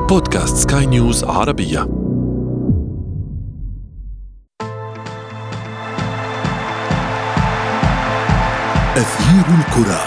بودكاست سكاي نيوز عربية. أثير الكرة.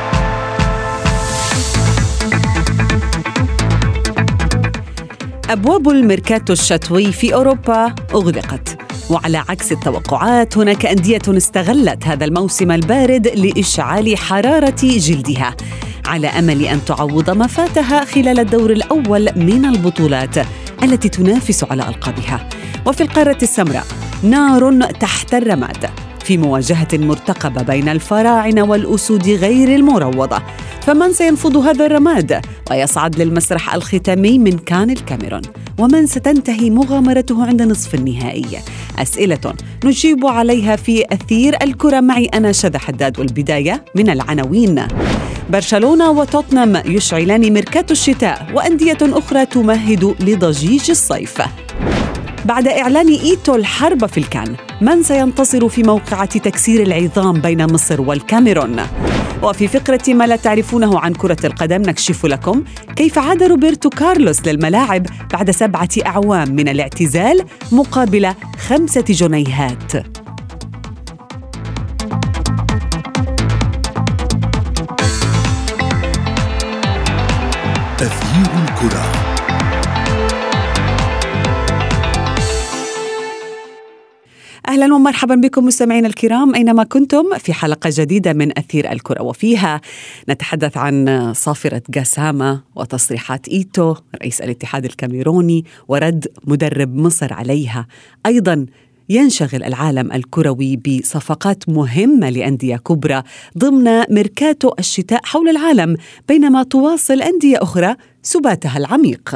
أبواب الميركاتو الشتوي في أوروبا أغلقت، وعلى عكس التوقعات هناك أندية استغلت هذا الموسم البارد لإشعال حرارة جلدها على أمل أن تعوض ما فاتها خلال الدور الأول من البطولات التي تنافس على ألقابها. وفي القارة السمراء نار تحت الرماد في مواجهة مرتقبة بين الفراعنة والأسود غير المروضة، فمن سينفض هذا الرماد ويصعد للمسرح الختامي من كان الكاميرون؟ ومن ستنتهي مغامرته عند نصف النهائي؟ أسئلة نجيب عليها في أثير الكرة معي أنا شذى حداد. والبداية من العناوين: برشلونة وتوتنهام يشعلان ميركاتو الشتاء، وأندية أخرى تمهد لضجيج الصيف. بعد إعلان إيتو الحرب في الكان، من سينتصر في موقعة تكسير العظام بين مصر والكاميرون؟ وفي فقرة ما لا تعرفونه عن كرة القدم نكشف لكم كيف عاد روبرتو كارلوس للملاعب بعد 7 أعوام من الاعتزال مقابل 5 جنيهات. أثير الكرة. أهلا ومرحبا بكم مستمعين الكرام أينما كنتم في حلقة جديدة من أثير الكرة، وفيها نتحدث عن صافرة غاسامة وتصريحات إيتو رئيس الاتحاد الكاميروني ورد مدرب مصر عليها. أيضا ينشغل العالم الكروي بصفقات مهمة لأندية كبرى ضمن ميركاتو الشتاء حول العالم، بينما تواصل أندية أخرى سباتها العميق.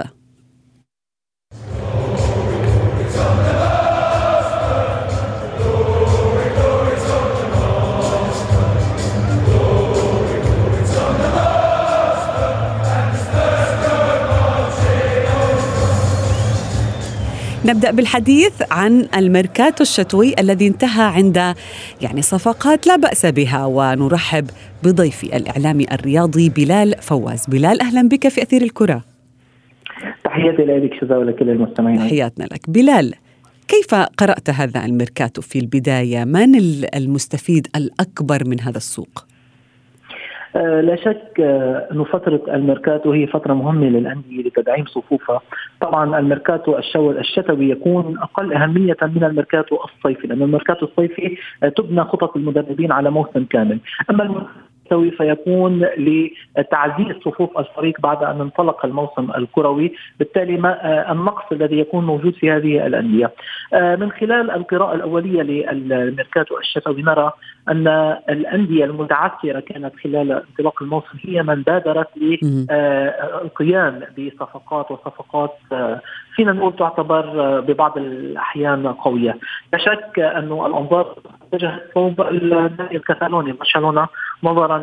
نبدأ بالحديث عن الميركاتو الشتوي الذي انتهى عند صفقات لا بأس بها، ونرحب بضيفي الإعلامي الرياضي بلال فواز. بلال، أهلا بك في أثير الكرة. تحياتي لك شذى ولكل المستمعين. تحياتنا لك. بلال، كيف قرأت هذا الميركاتو في البداية؟ من المستفيد الأكبر من هذا السوق؟ لا شك أن فترة الميركاتو هي فترة مهمة للأندية لتدعيم صفوفها. طبعا الميركاتو الشتوي يكون أقل أهمية من الميركاتو الصيفي، لأن الميركاتو الصيفي تبنى خطط المدربين على موسم كامل، أما الميركاتو فيكون لتعزيز صفوف الفريق بعد أن انطلق الموسم الكروي، بالتالي ما النقص الذي يكون موجود في هذه الأندية. من خلال القراءة الأولية للميركاتو الشتوي نرى أن الأندية المتعثرة كانت خلال انطلاق الموسم هي من بادرت للقيام وصفقات فينا نقول تعتبر ببعض الأحيان قوية. لا شك أن الأنظار اتجهت صوب النادي الكتالوني برشلونة نظرا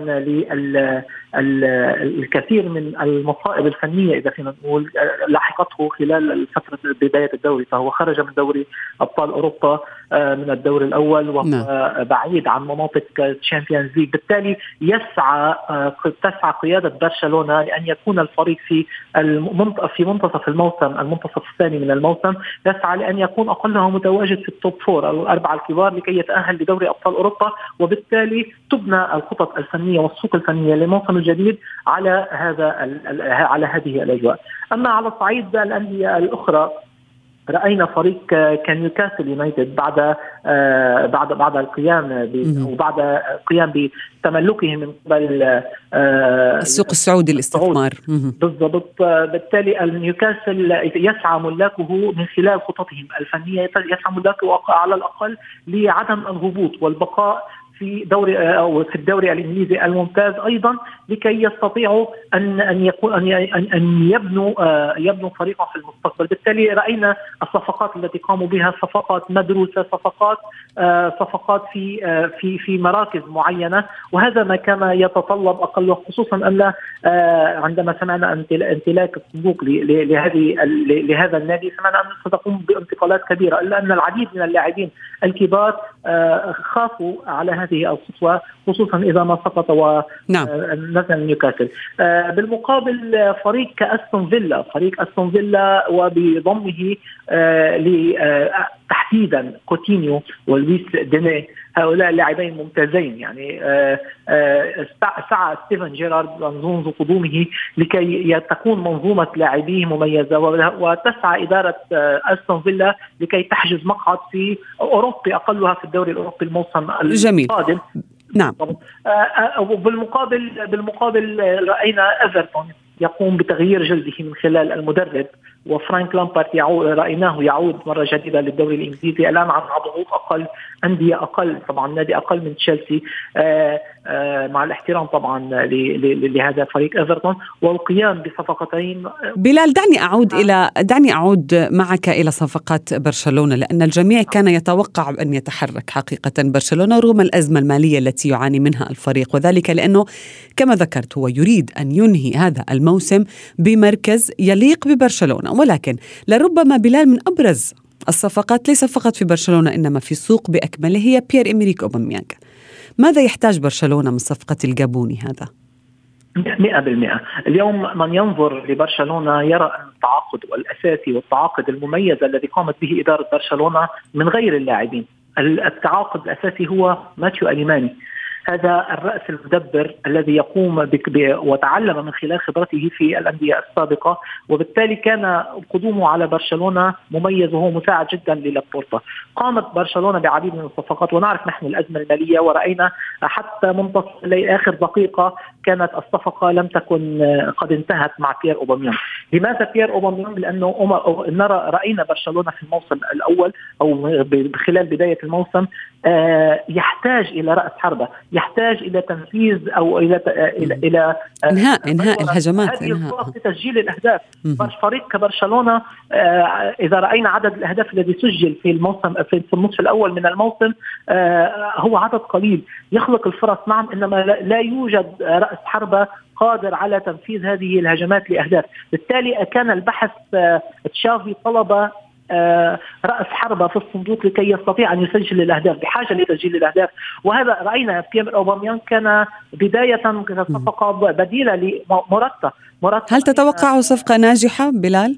للكثير من المصائب الفنية إذا فينا نقول لاحقته خلال فترة بداية الدوري، فهو خرج من دوري أبطال أوروبا من الدور الأول وبعيد عن مناطق الشامبيونز ليج، بالتالي تسعى قيادة برشلونة لأن يكون الفريق في منتصف الموسم، المنتصف الثاني من الموسم، يسعى لأن يكون أقلها متواجد في التوب 4 أو الأربعة الكبار لكي يتأهل لدوري أبطال أوروبا، وبالتالي تبنى الخطط الفنية والسوق الفنية للموسم الجديد على هذه الأجواء. أما على الصعيد الأندية الأخرى رأينا فريق كنيوكاسل يونايتد بعد القيام وبعد القيام بتملكه من قبل السوق السعودي الاستثمار بالضبط. بالتالي النيوكاسل يسعى ملاكه من خلال خططهم الفنية، يسعى ملاكه على الأقل لعدم الهبوط والبقاء في دوري أو في الدوري الإنجليزي الممتاز أيضا، لكي يستطيعوا أن يبنوا فريقا في المستقبل. بالتالي رأينا الصفقات التي قاموا بها صفقات مدروسة، صفقات في مراكز معينة، وهذا ما كان يتطلب أقل، خصوصا أن عندما سمعنا امتلاك الصندوق لهذا النادي سمعنا أن ستقوم بانتقالات كبيرة، إلا أن العديد من اللاعبين الكبار خافوا على هذه الخطوة، خصوصا إذا ما سقط ونزل نيوكاسل. بالمقابل فريق أستون فيلا وبضمه تحديدا كوتينيو ولويس ديني، هؤلاء اللاعبين ممتازين. يعني سعى ستيفن جيرارد منذ قدومه لكي تكون منظومة لاعبيه مميزة، وتسعى إدارة أستون فيلا لكي تحجز مقعد في أوروبي أقلها في الدوري الأوروبي الموسم القادم. نعم. بالمقابل رأينا إيفرتون يقوم بتغيير جلده من خلال المدرب، وفرانك لامبارد رأيناه يعود مرة جديدة للدوري الإنجليزي الآن عن ضغوط أقل، أندية أقل، طبعا نادي أقل من تشيلسي، مع الاحترام طبعا لهذا فريق إيفرتون، والقيام بصفقتين. بلال، دعني أعود معك إلى صفقات برشلونة، لأن الجميع كان يتوقع أن يتحرك حقيقة برشلونة رغم الأزمة المالية التي يعاني منها الفريق، وذلك لأنه كما ذكرت هو يريد أن ينهي هذا الموسم بمركز يليق ببرشلونة. ولكن لربما بلال من أبرز الصفقات ليس فقط في برشلونة إنما في السوق بأكمله هي بيير-إميريك أوباميانغ. ماذا يحتاج برشلونة من صفقة الجابوني هذا؟ 100%. اليوم من ينظر لبرشلونة يرى أن التعاقد الأساسي والتعاقد المميز الذي قامت به إدارة برشلونة من غير اللاعبين، التعاقد الأساسي هو ماتيو أليماني. هذا الرأس المدبر الذي يقوم وتعلم من خلال خبرته في الأندية السابقة، وبالتالي كان قدومه على برشلونة مميز وهو مساعد جدا للابورتا. قامت برشلونة بعديد من الصفقات، ونعرف نحن الأزمة المالية، ورأينا حتى منتصف آخر دقيقة كانت الصفقة لم تكن قد انتهت مع بيير أوباميانغ. لماذا بيير أوباميانغ؟ لأنه رأينا برشلونة في الموسم الأول أو خلال بداية الموسم يحتاج إلى رأس حربة، يحتاج إلى تنفيذ أو إلى إنهاء الهجمات، تسجيل الأهداف. فريق كبرشلونة إذا رأينا عدد الأهداف الذي سجل في الموسم في النصف الأول من الموسم هو عدد قليل، يخلق الفرص نعم، إنما لا يوجد رأس حربة قادر على تنفيذ هذه الهجمات لأهداف. بالتالي كان البحث تشافي طلب رأس حربة في الصندوق لكي يستطيع أن يسجل الأهداف، بحاجة لتسجيل الأهداف. وهذا رأينا بيير أوباميانغ كان بداية صفقة بديلة لموراتا. هل تتوقع صفقة ناجحة بلال؟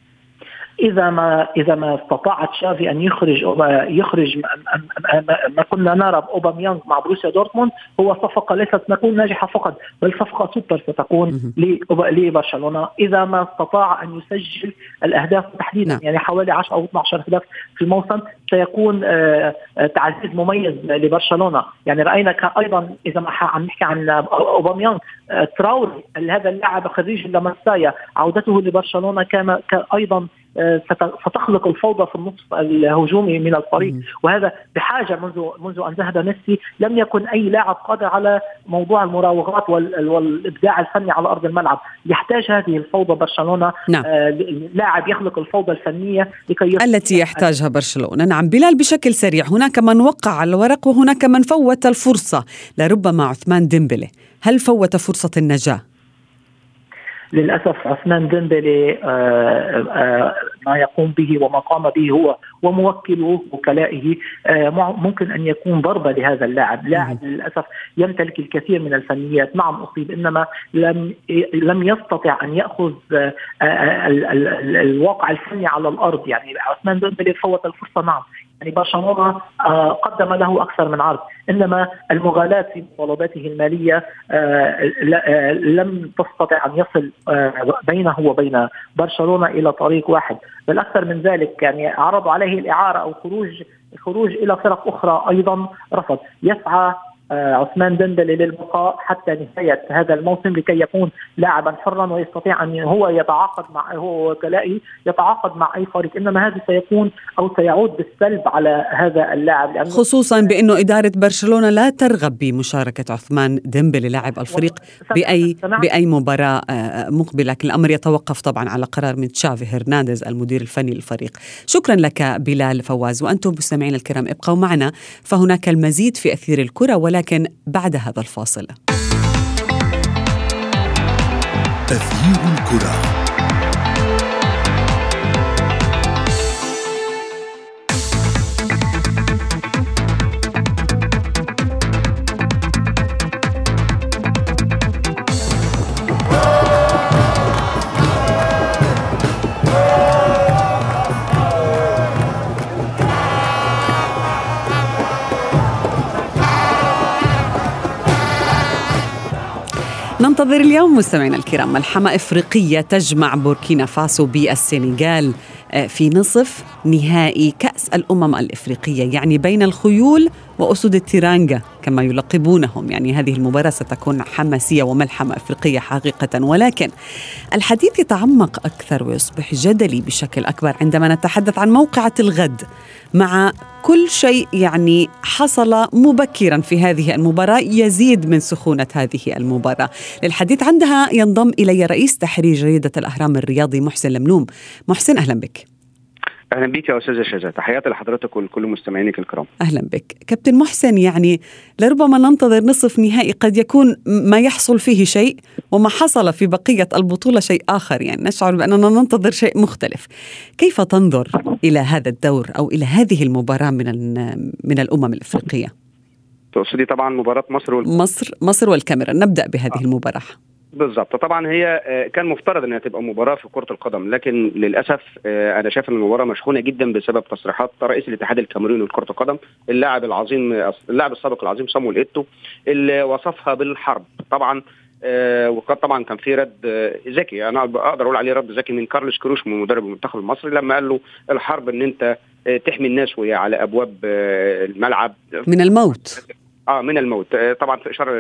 إذا ما استطاع تشافي أن يخرج ما كنا نرى أوباميانغ مع بروسيا دورتموند، هو صفقة ليست تكون ناجحة فقط بل صفقة سوبر ستكون لبرشلونة إذا ما استطاع أن يسجل الأهداف تحديدا. يعني حوالي 10 أو 12 هدف في الموسم سيكون تعزيز مميز لبرشلونة. يعني رأينا أيضا إذا ما عم نحكي عن أوباميانغ، تراوري هذا اللاعب خريج لاماسيا، عودته لبرشلونة كان أيضا ستخلق الفوضى في النصف الهجومي من الفريق، وهذا بحاجة منذ أن ذهب ميسي لم يكن أي لاعب قادر على موضوع المراوغات والإبداع الفني على أرض الملعب. يحتاج هذه الفوضى برشلونة. نعم. لاعب يخلق الفوضى الفنية التي يحتاجها برشلونة. نعم بلال، بشكل سريع، هناك من وقع على الورق وهناك من فوت الفرصة، لربما عثمان ديمبلي، هل فوت فرصة النجاة؟ للأسف عثمان ديمبلي ما يقوم به وما قام به هو وموكله وكلائه ممكن أن يكون ضربة لهذا اللاعب. للأسف يمتلك الكثير من الفنيات، نعم أصيب، إنما لم يستطع أن يأخذ الواقع الفني على الأرض. يعني عثمان ديمبلي فوت الفرصة، نعم، يعني برشلونة قدم له أكثر من عرض، إنما المغالاة في مطالباته المالية لم تستطع أن يصل بينه وبين برشلونة إلى طريق واحد. بل أكثر من ذلك، يعني عرضوا عليه الإعارة أو خروج إلى فرق أخرى، أيضا رفض. يسعى عثمان ديمبلي للبقاء حتى نهاية هذا الموسم لكي يكون لاعبا حرا ويستطيع أن هو يتعاقد مع هو وكلائه يتعاقد مع أي فريق، إنما هذا سيكون أو سيعود بالسلب على هذا اللاعب، خصوصا بأنه إدارة برشلونة لا ترغب بمشاركة عثمان ديمبلي لاعب الفريق بأي مباراة مقبلة. لكن الأمر يتوقف طبعا على قرار من تشافي هرنانديز المدير الفني للفريق. شكرا لك بلال فواز، وأنتم مستمعين الكرام ابقوا معنا، فهناك المزيد في أثير الكرة ولكن بعد هذا الفاصل. أثير الكرة. ننتظر اليوم مستمعينا الكرام ملحمة إفريقية تجمع بوركينا فاسو بالسنغال في نصف نهائي كأس الأمم الإفريقية، يعني بين الخيول وأسود التيرانجا كما يلقبونهم. يعني هذه المباراة ستكون حماسية وملحمة إفريقية حقيقة، ولكن الحديث يتعمق أكثر ويصبح جدلي بشكل أكبر عندما نتحدث عن موقعة الغد، مع كل شيء يعني حصل مبكرا في هذه المباراة يزيد من سخونة هذه المباراة. للحديث عندها ينضم إلي رئيس تحرير جريدة الأهرام الرياضي محسن لملوم. محسن، أهلا بك. أهلا بك يا أستاذة شجاع، تحياتي لحضرتك ولكل مستمعينك الكرام. أهلا بك كابتن محسن. يعني لربما ننتظر نصف نهائي قد يكون ما يحصل فيه شيء وما حصل في بقية البطولة شيء آخر، يعني نشعر بأننا ننتظر شيء مختلف. كيف تنظر إلى هذا الدور أو إلى هذه المباراة من الأمم الإفريقية؟ تقصدي طبعا مباراة مصر والكاميرون. نبدأ بهذه المباراة. بالضبط. طبعا هي كان مفترض انها تبقى مباراه في كره القدم، لكن للاسف انا شايف ان المباراه مشحونه جدا بسبب تصريحات رئيس الاتحاد الكاميروني لكره القدم، اللاعب السابق العظيم صامويل إيتو، اللي وصفها بالحرب. طبعا وقد طبعا كان في رد ذكي، انا اقدر اقول عليه رد ذكي، من كارلوس كروش من مدرب المنتخب المصري، لما قال له الحرب ان انت تحمي الناس وهي على ابواب الملعب من الموت. من الموت. طبعا في اشاره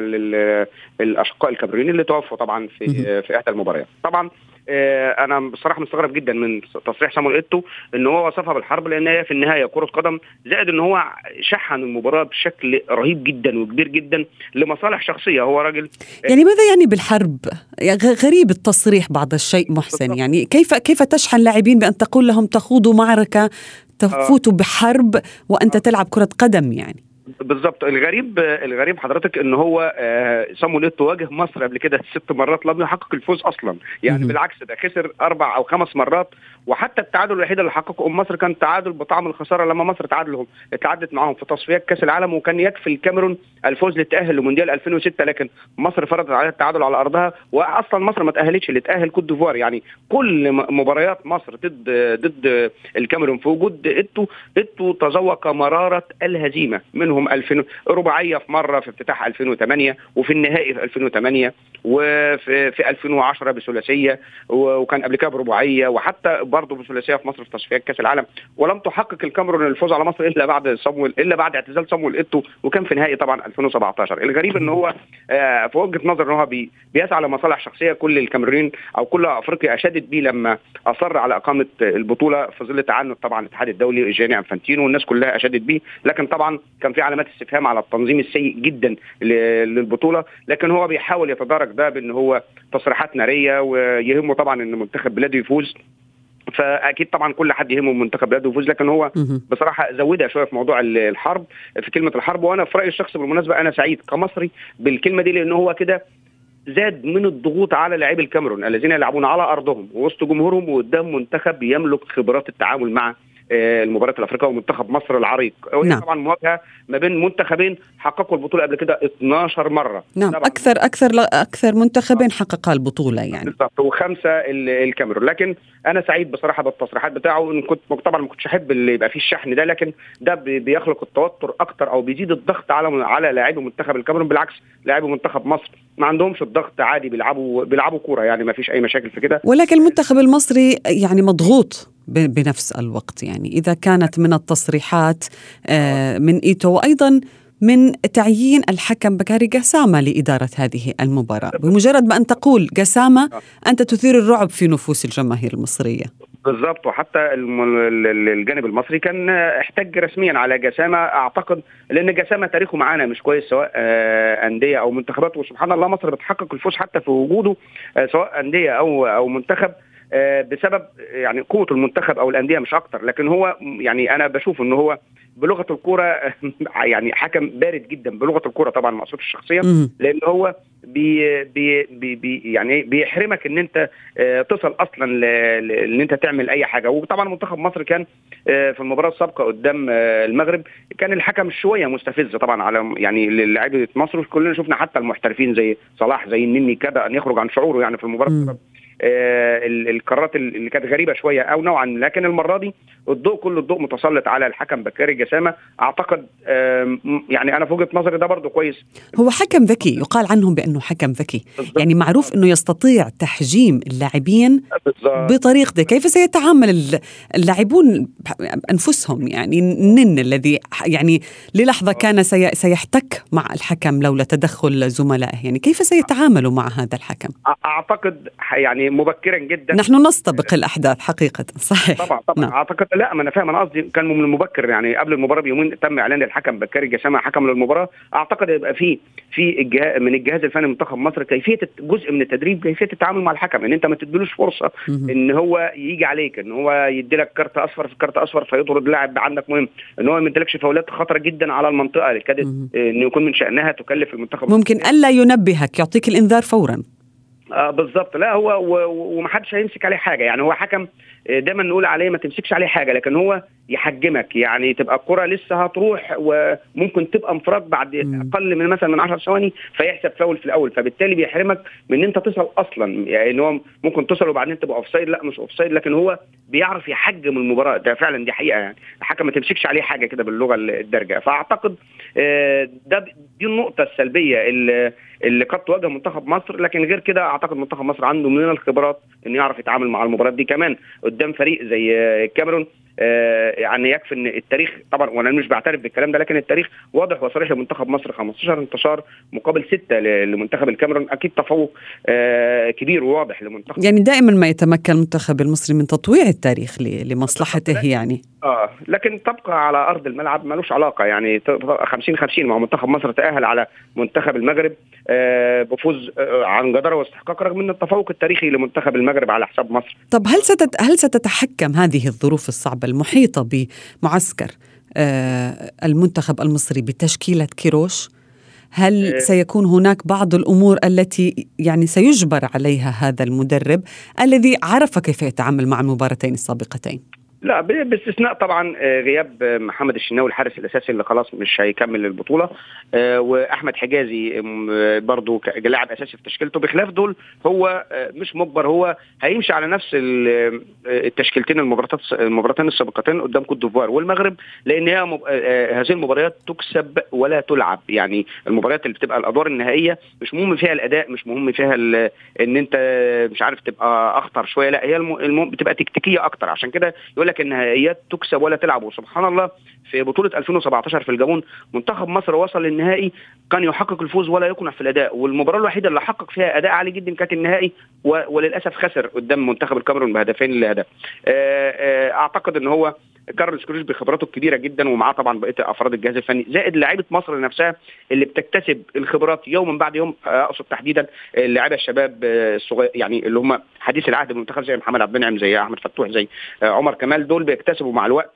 للاشقاء الكاميرونيين اللي توفوا طبعا في احدى المباريات. طبعا انا بصراحه مستغرب جدا من تصريح صامويل إيتو ان هو وصفها بالحرب، لان هي في النهايه كره قدم، زائد ان هو شحن المباراه بشكل رهيب جدا وكبير جدا لمصالح شخصيه. هو راجل يعني ماذا يعني بالحرب؟ غريب التصريح بعض الشيء محسن. يعني كيف تشحن لاعبين بان تقول لهم تخوضوا معركه تفوتوا بحرب وانت تلعب كره قدم؟ يعني بالضبط. الغريب حضرتك ان هو صامويل إيتو واجه مصر قبل كده 6 مرات لم يحقق الفوز اصلا، يعني بالعكس ده خسر 4 أو 5 مرات، وحتى التعادل الوحيد اللي حققه مصر كان تعادل بطعم الخساره لما مصر تعادلت معهم في تصفيات كاس العالم، وكان يكفي الكاميرون الفوز للتاهل لمونديال 2006، لكن مصر فرضت عليها التعادل على ارضها، واصلا مصر ما تاهلتش، اللي تاهل كوت ديفوار. يعني كل مباريات مصر ضد الكاميرون في وجود إيتو تذوق مراره الهزيمه، منهم 2000 رباعيه في مره في افتتاح 2008 وفي النهائي في 2008 وفي 2010 بثلاثيه، وكان قبل كده برباعيه، وحتى برضه بثلاثيه في مصر في تصفيات كاس العالم، ولم تحقق الكاميرون الفوز على مصر الا بعد اعتزال صامويل إيتو، وكان في نهائي طبعا 2017. الغريب ان هو في وجهه نظر ان هو بيسعى لمصالح شخصيه. كل الكاميرونيين او كل افريقيا اشادت بيه لما اصر على اقامه البطوله في ظل تعنت طبعا الاتحاد الدولي جياني انفانتينو، والناس كلها اشادت بيه، لكن طبعا كان في علامات استفهام على التنظيم السيء جدا للبطوله. لكن هو بيحاول يتدارك ده بان هو تصريحات ناريه، ويهمه طبعا ان منتخب بلاده يفوز، فاكيد طبعا كل حد يهمه منتخب بلاده يفوز، لكن هو بصراحه زودها شويه في موضوع الحرب، في كلمه الحرب. وانا في رايي الشخصي بالمناسبه انا سعيد كمصري بالكلمه دي، لان هو كده زاد من الضغوط على لاعبي الكاميرون الذين يلعبون على ارضهم ووسط جمهورهم وقدام منتخب يملك خبرات التعامل مع المباريات الافريقيه ومنتخب مصر العريق. نعم. طبعا مواجهه ما بين منتخبين حققوا البطوله قبل كده 12 مره. نعم، اكثر منتخبين حققا البطوله يعني بالضبط، و5 الكاميرون. لكن انا سعيد بصراحه بالتصريحات بتاعه. كنت طبعا ما كنتش احب اللي يبقى فيه الشحن ده، لكن ده بيخلق التوتر اكتر او بيزيد الضغط على لاعبي منتخب الكاميرون. بالعكس لاعبي منتخب مصر ما عندهمش الضغط، عادي بيلعبوا كوره، يعني ما فيش اي مشاكل في كده. ولكن المنتخب المصري يعني مضغوط بنفس الوقت، يعني إذا كانت من التصريحات من إيتو، وأيضا من تعيين الحكم بكاري جسامة لإدارة هذه المباراة. بمجرد ما أن تقول جسامة أنت تثير الرعب في نفوس الجماهير المصرية. بالضبط. وحتى الجانب المصري كان احتج رسميا على جسامة، أعتقد لأن جسامة تاريخه معانا مش كويس، سواء أندية أو منتخبات، وسبحان الله مصر بتحقق الفوز حتى في وجوده سواء أندية أو منتخب، بسبب يعني قوة المنتخب أو الأندية مش أكتر. لكن هو يعني أنا بشوف إن هو بلغة الكرة يعني حكم بارد جدا بلغة الكرة، طبعا ما أقصدش الشخصية، لأن هو يعني بيحرمك إن أنت تصل أصلا إن أنت تعمل أي حاجة. وطبعا منتخب مصر كان في المباراة السابقة قدام المغرب كان الحكم شوية مستفز طبعا على يعني للاعيبة مصر، كلنا شفنا حتى المحترفين زي صلاح زي النني كده أن يخرج عن شعوره يعني في المباراة القرارات اللي كانت غريبه شويه او نوعا، لكن المره دي كل الضوء متسلط على الحكم بكاري جسامه. اعتقد يعني انا في وجهه نظري ده برضو كويس. هو حكم ذكي، يقال عنهم بانه حكم ذكي، يعني معروف انه يستطيع تحجيم اللاعبين بطريقته. كيف سيتعامل اللاعبون انفسهم؟ يعني النن الذي يعني للحظه كان سيحتك مع الحكم لولا تدخل زملائه، يعني كيف سيتعاملوا مع هذا الحكم؟ اعتقد يعني مبكرا جدا. نحن نستبق الاحداث حقيقه. صحيح طبعا نعم. اعتقد لا، ما انا فاهم، انا قصدي كان من المبكر، يعني قبل المباراه بيومين تم اعلان الحكم بكاري جسامه حكم للمباراه. اعتقد يبقى في من الجهاز الفني منتخب مصر كيفيه جزء من التدريب، كيفيه التعامل مع الحكم، ان انت ما تديلوش فرصه ان هو يجي عليك، ان هو يديلك كارت اصفر في كارت اصفر فيطرد لاعب عندك مهم، ان هو ما يديلكش فاولات خطره جدا على المنطقه اللي كانت انه يكون من شانها تكلف المنتخب. ممكن الا ينبهك، يعطيك الانذار فورا. بالضبط. لا هو ومحدش هيمسك عليه حاجه، يعني هو حكم دايما نقول عليه ما تمسكش عليه حاجه، لكن هو يحجمك، يعني تبقى الكره لسه هتروح وممكن تبقى انفراد بعد اقل من مثلا من 10 ثواني فيحسب فاول في الاول، فبالتالي بيحرمك من ان انت تصل اصلا، يعني ان هو ممكن تصل وبعدين تبقى اوفسايد. لا مش اوفسايد، لكن هو بيعرف يحجم المباراه. ده فعلا دي حقيقه، يعني الحكم ما تمسكش عليه حاجه كده باللغه الدارجه. فاعتقد دي النقطه السلبيه اللي قد تواجه منتخب مصر، لكن غير كده اعتقد منتخب مصر عنده من الخبرات ان يعرف يتعامل مع المباراه دي كمان قدام فريق زي الكاميرون. يعني يكفي ان التاريخ طبعا، وانا مش بعترف بالكلام ده، لكن التاريخ واضح وصريح لمنتخب مصر، 15 انتصار مقابل 6 لمنتخب الكاميرون. اكيد تفوق كبير وواضح لمنتخب. يعني دائما ما يتمكن المنتخب المصري من تطويع التاريخ لمصلحته يعني. لكن تبقى على ارض الملعب ملوش علاقه، يعني 50-50 مع منتخب مصر تأهل على منتخب المغرب بفوز عن جدارة واستحقاق رغم من التفوق التاريخي لمنتخب المغرب على حساب مصر. طب هل ستتحكم هذه الظروف الصعبة المحيطة بمعسكر المنتخب المصري بتشكيلة كيروش؟ هل سيكون هناك بعض الأمور التي يعني سيجبر عليها هذا المدرب الذي عرف كيف يتعامل مع المباراتين السابقتين؟ لا باستثناء طبعا غياب محمد الشناوي الحارس الاساسي اللي خلاص مش هيكمل البطوله، واحمد حجازي برضو كلاعب اساسي في تشكيلته. بخلاف دول هو مش مجبر، هو هيمشي على نفس التشكيلتين المباراتين السابقتين قدام كوت ديفوار والمغرب، لان هذه المباريات تكسب ولا تلعب. يعني المباريات اللي بتبقى الادوار النهائيه مش مهم فيها الاداء، مش مهم فيها ان انت مش عارف تبقى اخطر شويه، لا هي بتبقى تكتيكيه اكتر. عشان كده يقول لك النهائيات تكسب ولا تلعب. وسبحان الله في بطولة 2017 في الجابون منتخب مصر وصل للنهائي كان يحقق الفوز ولا يقنع في الأداء، والمباراة الوحيدة اللي حقق فيها أداء عالي جدا كانت النهائي، وللأسف خسر قدام منتخب الكاميرون بهدفين لهدف. أعتقد أن هو كارلوس كيروش بخبراته الكبيرة جدا ومعاه طبعا بقية أفراد الجهاز الفني زائد لاعيبة مصر نفسها اللي بتكتسب الخبرات يوم بعد يوم. أقصد تحديدا اللاعيبة الشباب الصغير، يعني اللي هم حديث العهد بالمنتخب زي محمد عبد المنعم زي أحمد فتوح زي عمر كمال، دول بيكتسبوا مع الوقت،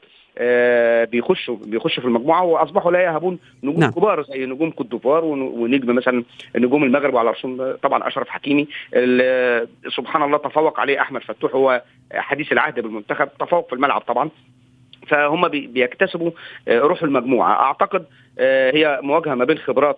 بيخشوا في المجموعه واصبحوا لا يهابون نجوم كبار زي نجوم كوت ديفوار ونجم مثلا نجوم المغرب وعلى راسهم طبعا اشرف حكيمي. سبحان الله تفوق عليه احمد فتوح، هو حديث العهد بالمنتخب، تفوق في الملعب طبعا. فهم بيكتسبوا روح المجموعه. اعتقد هي مواجهه ما بين خبرات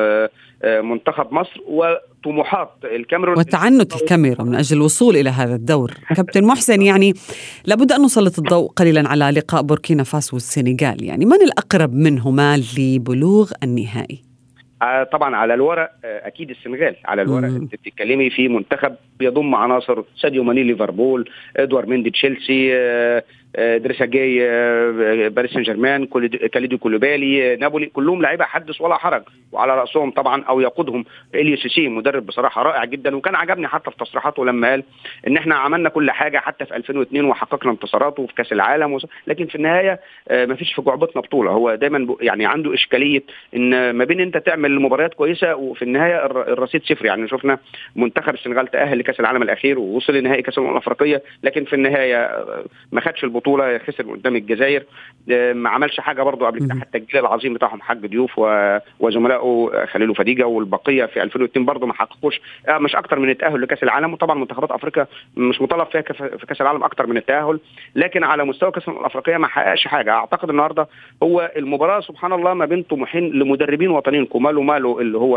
منتخب مصر وطموحات الكاميرون وتعنت الكاميرون من اجل الوصول الى هذا الدور. كابتن محسن، يعني لابد ان نسلط الضوء قليلا على لقاء بوركينا فاسو والسنغال، يعني من الاقرب منهما لبلوغ النهائي؟ طبعا على الورق اكيد السنغال. على الورق انت بتتكلمي في منتخب بيضم عناصر ساديو ماني ليفربول، ادوار ميندي تشيلسي، دريسا جاي باريس سان جيرمان، كاليدو كولوبالي نابولي، كلهم لعيبه حدث ولا حرج، وعلى راسهم طبعا او يقودهم إليو سيسي مدرب بصراحه رائع جدا. وكان عجبني حتى في تصريحاته لما قال ان احنا عملنا كل حاجه حتى في 2002 وحققنا انتصارات وفي كاس العالم لكن في النهايه ما فيش في جعبتنا بطوله. هو دايما يعني عنده اشكاليه ان ما بين انت تعمل مباريات كويسه وفي النهايه الرصيد صفر. يعني شفنا منتخب السنغال تاهل لكاس العالم الاخير ووصل لنهائي كاس الامم الافريقيه، لكن في النهايه ما خدش البطوله، خسر قدام الجزائر. ما عملش حاجه برضو قبل كده، حتى الجيل العظيم بتاعهم حاج ضيوف وزملائه خليل فديجه والبقيه في 2002 برضو ما حققوش مش اكتر من التاهل لكاس العالم. وطبعا منتخبات افريقيا مش مطالب فيها في كاس العالم اكتر من التاهل، لكن على مستوى كاس الامم الافريقيه ما حققش حاجه. اعتقد النهارده هو المباراه سبحان الله ما بين طموحين لمدربين وطنيين، كومالو مالو اللي هو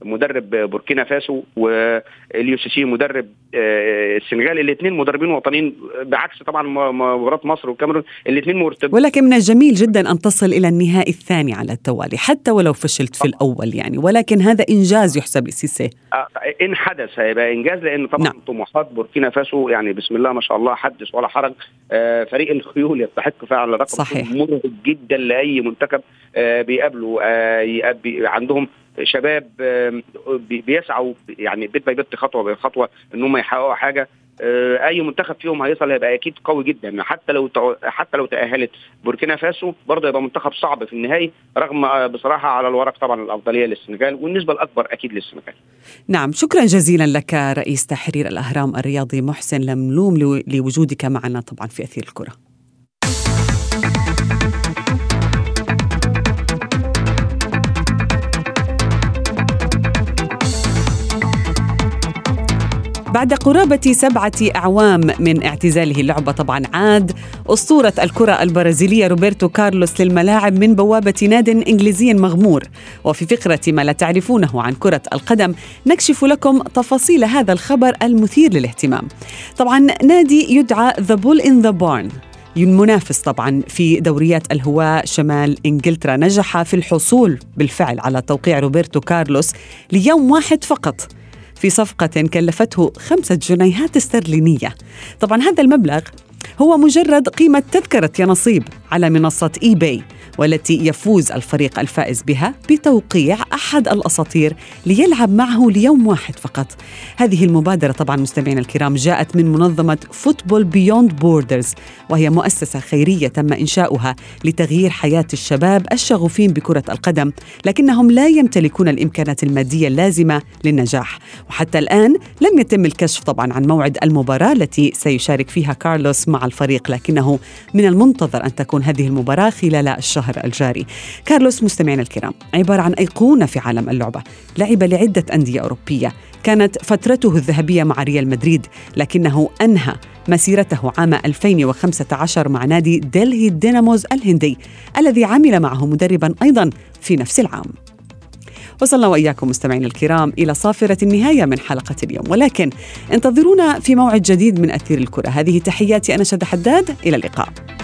مدرب بوركينا فاسو، واليو سيسي مدرب السنغال. الاثنين مدربين وطنيين، بعكس طبعا مباراة مصر والكاميرون الاثنين مرتبطين. ولكن من الجميل جدا أن تصل إلى النهائي الثاني على التوالي حتى ولو فشلت في الأول يعني، ولكن هذا إنجاز يحسب للسيسي. إن حدث هيبقى إنجاز، لأن طبعا طموحات بوركينا فاسو يعني بسم الله ما شاء الله حدث ولا حرج. فريق الخيول يستحق فعلا رقم مرهق جدا لأي منتخب بيقابله. عندهم شباب بيسعوا يعني بيت باي بيت خطوة بخطوة إنهم يحققوا حاجة. اي منتخب فيهم هيصل هيبقى اكيد قوي جدا. حتى لو تأهلت بوركينا فاسو برضه يبقى منتخب صعب في النهائي، رغم بصراحة على الورق طبعا الأفضلية للسنغال والنسبة الأكبر أكيد للسنغال. نعم، شكرا جزيلا لك رئيس تحرير الأهرام الرياضي محسن لملوم لوجودك معنا طبعا في أثير الكرة. بعد قرابة 7 أعوام من اعتزاله اللعبة طبعا عاد أسطورة الكرة البرازيلية روبرتو كارلوس للملاعب من بوابة ناد إنجليزي مغمور. وفي فقرة ما لا تعرفونه عن كرة القدم نكشف لكم تفاصيل هذا الخبر المثير للاهتمام. طبعا نادي يدعى The Bull in the Barn، المنافس طبعا في دوريات الهواة شمال إنجلترا، نجح في الحصول بالفعل على توقيع روبرتو كارلوس ليوم واحد فقط في صفقة كلفته 5 جنيهات استرلينية. طبعا هذا المبلغ هو مجرد قيمة تذكرة يا نصيب على منصة eBay، والتي يفوز الفريق الفائز بها بتوقيع أحد الأساطير ليلعب معه ليوم واحد فقط. هذه المبادرة طبعا مستمعينا الكرام جاءت من منظمة فوتبول بيوند بوردرز، وهي مؤسسة خيرية تم إنشاؤها لتغيير حياة الشباب الشغوفين بكرة القدم، لكنهم لا يمتلكون الإمكانات المادية اللازمة للنجاح. وحتى الآن لم يتم الكشف طبعا عن موعد المباراة التي سيشارك فيها كارلوس مع الفريق، لكنه من المنتظر أن تكون هذه المباراة خلال الشهر الجاري. كارلوس مستمعينا الكرام عبارة عن أيقونة في عالم اللعبة، لعب لعدة أندية أوروبية، كانت فترته الذهبية مع ريال مدريد، لكنه أنهى مسيرته عام 2015 مع نادي دلهي ديناموز الهندي الذي عمل معه مدربا أيضا في نفس العام. وصلنا وإياكم مستمعين الكرام إلى صافرة النهاية من حلقة اليوم، ولكن انتظرونا في موعد جديد من أثير الكرة. هذه تحياتي أنا شذى حداد، إلى اللقاء.